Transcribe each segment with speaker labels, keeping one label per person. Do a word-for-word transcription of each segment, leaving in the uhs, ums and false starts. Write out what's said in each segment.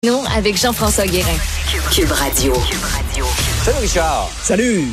Speaker 1: Non, avec Jean-François Guérin.
Speaker 2: Cube Radio.
Speaker 3: Salut Richard.
Speaker 4: Salut.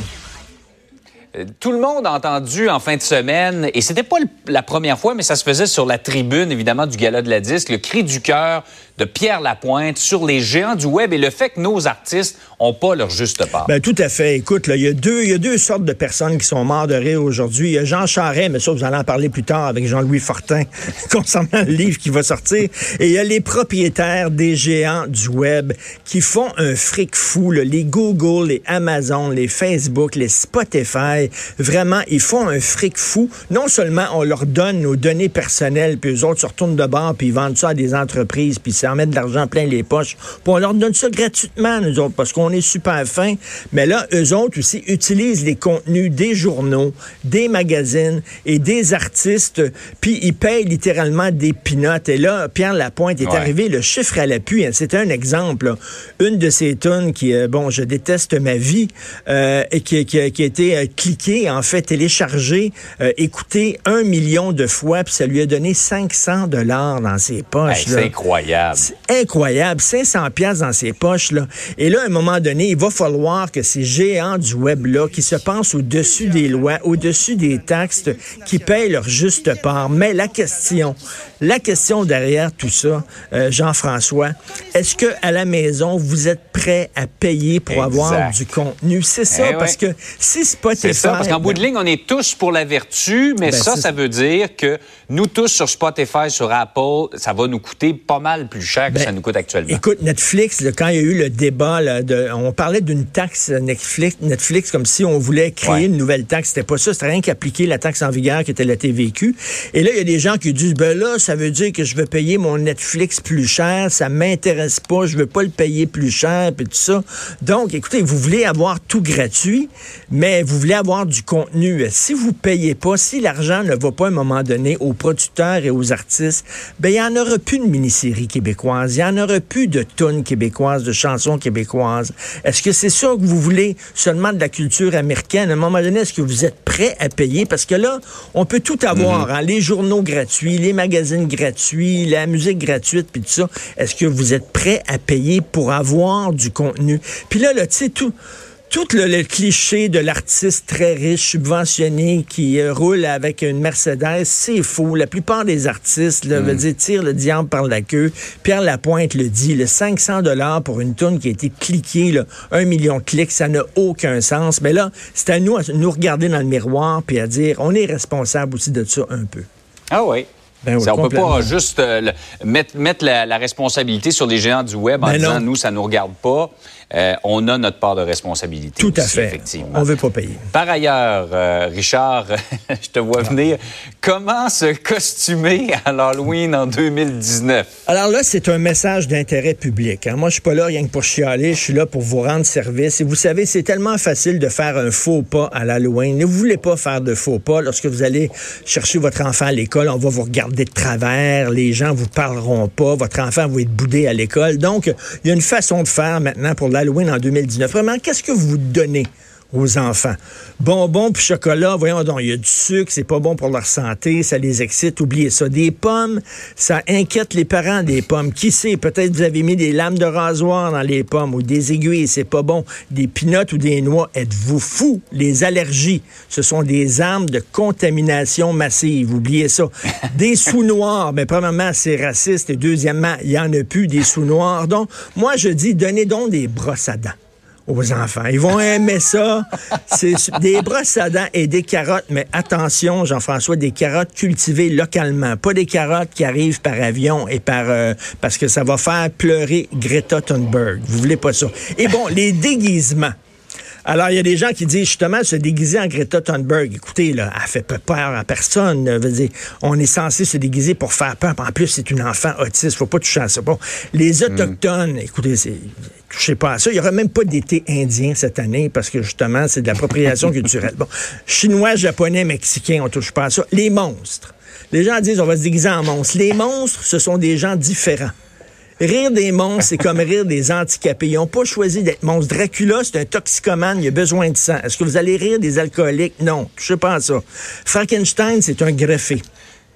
Speaker 3: Tout le monde a entendu en fin de semaine, et c'était pas la première fois, mais ça se faisait sur la tribune, évidemment, du Gala de la Disque, le cri du cœur de Pierre Lapointe sur les géants du web et le fait que nos artistes n'ont pas leur juste part.
Speaker 4: Ben, tout à fait. Écoute, là, il y a deux, il y a deux sortes de personnes qui sont morts de rire aujourd'hui. Il y a Jean Charest, mais ça, vous allez en parler plus tard avec Jean-Louis Fortin concernant le livre qui va sortir. Et il y a les propriétaires des géants du web qui font un fric fou, là. Les Google, les Amazon, les Facebook, les Spotify. Vraiment, ils font un fric fou. Non seulement on leur donne nos données personnelles, puis eux autres se retournent de bord, puis ils vendent ça à des entreprises, puis ça en met de l'argent plein les poches. Puis on leur donne ça gratuitement, nous autres, parce qu'on est super fins. Mais là, eux autres aussi utilisent les contenus des journaux, des magazines et des artistes, puis ils payent littéralement des pinottes. Et là, Pierre Lapointe est ouais. arrivé, le chiffre à l'appui. Hein, c'était un exemple. Là. Une de ces tunes qui, euh, bon, je déteste ma vie, euh, et qui, qui, qui a été euh, cliquée, en fait, téléchargée, euh, écoutée un million de fois, puis ça lui a donné cinq cents dollars dans ses poches.
Speaker 3: Hey, c'est incroyable.
Speaker 4: C'est incroyable. cinq cents piastres dans ses poches, là. Et là, à un moment donné, il va falloir que ces géants du web-là, qui se pensent au-dessus des lois, au-dessus des taxes, qui payent leur juste part. Mais la question, la question derrière tout ça, euh, Jean-François, est-ce que à la maison, vous êtes prêt à payer pour exact. avoir du contenu? C'est ça, eh parce oui. que si Spotify...
Speaker 3: C'est ça, parce qu'en bout de ligne, on est tous pour la vertu, mais ben, ça, ça veut dire que nous tous sur Spotify, sur Apple, ça va nous coûter pas mal plus cher que ben, ça nous coûte actuellement.
Speaker 4: Écoute, Netflix, là, quand il y a eu le débat, là, de, on parlait d'une taxe Netflix, Netflix comme si on voulait créer ouais. une nouvelle taxe. C'était pas ça, c'était rien qu'appliquer la taxe en vigueur qui était la T V Q. Et là, il y a des gens qui disent, ben là, ça veut dire que je veux payer mon Netflix plus cher, ça m'intéresse pas, je veux pas le payer plus cher, puis tout ça. Donc, écoutez, vous voulez avoir tout gratuit, mais vous voulez avoir du contenu. Si vous payez pas, si l'argent ne va pas à un moment donné aux producteurs et aux artistes, ben il y en aura plus de mini-séries québécoises, il y en aura plus de tunes québécoises, de chansons québécoises. Est-ce que c'est ça que vous voulez, seulement de la culture américaine? À un moment donné, est-ce que vous êtes prêt à payer? Parce que là, on peut tout avoir, mm-hmm. hein, les journaux gratuits, les magazines gratuits, la musique gratuite, puis tout ça. Est-ce que vous êtes prêt à payer pour avoir du contenu? Puis là, là tu sais, tout... Tout le, le cliché de l'artiste très riche, subventionné, qui euh, roule avec une Mercedes, c'est faux. La plupart des artistes, là, mm. veut dire, tirent le diable par la queue. Pierre Lapointe le dit, le cinq cents dollars pour une toune qui a été cliquée, là, un million de clics, ça n'a aucun sens. Mais là, c'est à nous à nous regarder dans le miroir puis à dire, on est responsable aussi de ça un peu.
Speaker 3: Ah oui. Ben oui, on ne peut pas juste euh, le, mettre, mettre la, la responsabilité sur les géants du web en ben disant, non. nous, ça ne nous regarde pas. Euh, on a notre part de responsabilité.
Speaker 4: Tout à
Speaker 3: aussi,
Speaker 4: fait.
Speaker 3: Effectivement.
Speaker 4: On ne veut pas payer.
Speaker 3: Par ailleurs, euh, Richard, je te vois venir. Comment se costumer à l'Halloween en deux mille dix-neuf?
Speaker 4: Alors là, c'est un message d'intérêt public. Hein. Moi, je suis pas là rien que pour chialer. Je suis là pour vous rendre service. Et vous savez, c'est tellement facile de faire un faux pas à l'Halloween. Ne voulez pas faire de faux pas. Lorsque vous allez chercher votre enfant à l'école, on va vous regarder de travers. Les gens vous parleront pas. Votre enfant va être boudé à l'école. Donc, il y a une façon de faire maintenant pour l'Halloween en deux mille dix-neuf. Vraiment, qu'est-ce que vous donnez aux enfants? Bonbons puis chocolat, voyons donc, il y a du sucre, c'est pas bon pour leur santé, ça les excite, oubliez ça. Des pommes, ça inquiète les parents des pommes. Qui sait, peut-être vous avez mis des lames de rasoir dans les pommes ou des aiguilles, c'est pas bon. Des pinottes ou des noix, êtes-vous fous? Les allergies, ce sont des armes de contamination massive, oubliez ça. Des sous noirs, mais premièrement, c'est raciste et deuxièmement, il y en a plus des sous noirs. Donc, moi, je dis, donnez donc des brosses à dents aux enfants. Ils vont aimer ça. C'est des brosses à dents et des carottes, mais attention, Jean-François, des carottes cultivées localement, pas des carottes qui arrivent par avion et par euh, parce que ça va faire pleurer Greta Thunberg. Vous voulez pas ça. Et bon, les déguisements. Alors, il y a des gens qui disent, justement, se déguiser en Greta Thunberg. Écoutez, là, elle fait pas peur à personne. Là, veut dire, on est censé se déguiser pour faire peur. En plus, c'est une enfant autiste. Faut pas toucher à ça. Bon, les Autochtones, mmh. écoutez, c'est... touchez pas à ça. Il n'y aura même pas d'été indien cette année parce que, justement, c'est de l'appropriation culturelle. Bon, Chinois, Japonais, Mexicains, on touche pas à ça. Les monstres. Les gens disent, on va se déguiser en monstres. Les monstres, ce sont des gens différents. Rire des monstres, c'est comme rire des handicapés. Ils n'ont pas choisi d'être monstres. Dracula, c'est un toxicomane, il a besoin de sang. Est-ce que vous allez rire des alcooliques? Non, touchez pas à ça. Frankenstein, c'est un greffé.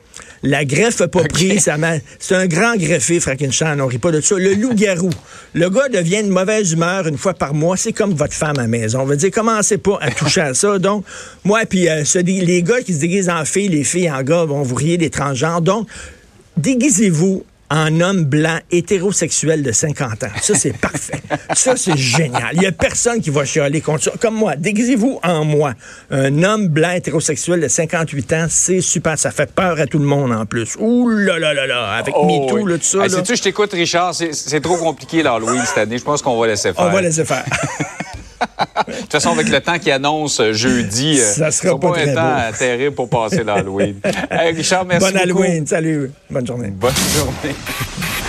Speaker 4: La greffe n'a pas
Speaker 3: okay.
Speaker 4: pris. Ça m'a... C'est un grand greffé, Frankenstein. On rit pas de ça. Le loup-garou. Le gars devient de mauvaise humeur une fois par mois. C'est comme votre femme à la maison. On va dire, commencez pas à toucher à ça. Donc, moi, puis euh, les gars qui se déguisent en filles, les filles en gars, vont vous riez des transgenres. Donc, déguisez-vous en homme blanc hétérosexuel de cinquante ans. Ça, c'est parfait. Ça, c'est génial. Il n'y a personne qui va chialer contre ça. Comme moi, déguisez-vous en moi. Un homme blanc hétérosexuel de cinquante-huit ans, c'est super. Ça fait peur à tout le monde en plus. Ouh là là là là, avec
Speaker 3: oh,
Speaker 4: MeToo,
Speaker 3: oui.
Speaker 4: là, tout ça.
Speaker 3: Hey,
Speaker 4: là.
Speaker 3: sais-tu, je t'écoute, Richard. C'est, c'est trop compliqué l'Halloween cette année. Je pense qu'on va laisser faire.
Speaker 4: On va laisser faire.
Speaker 3: De toute façon, avec le temps qui annonce jeudi,
Speaker 4: ça sera pas,
Speaker 3: pas
Speaker 4: très
Speaker 3: un temps
Speaker 4: beau.
Speaker 3: terrible pour passer l'Halloween. Hey, Richard, merci
Speaker 4: Bonne
Speaker 3: beaucoup.
Speaker 4: Halloween. Salut. Bonne journée.
Speaker 3: Bonne journée.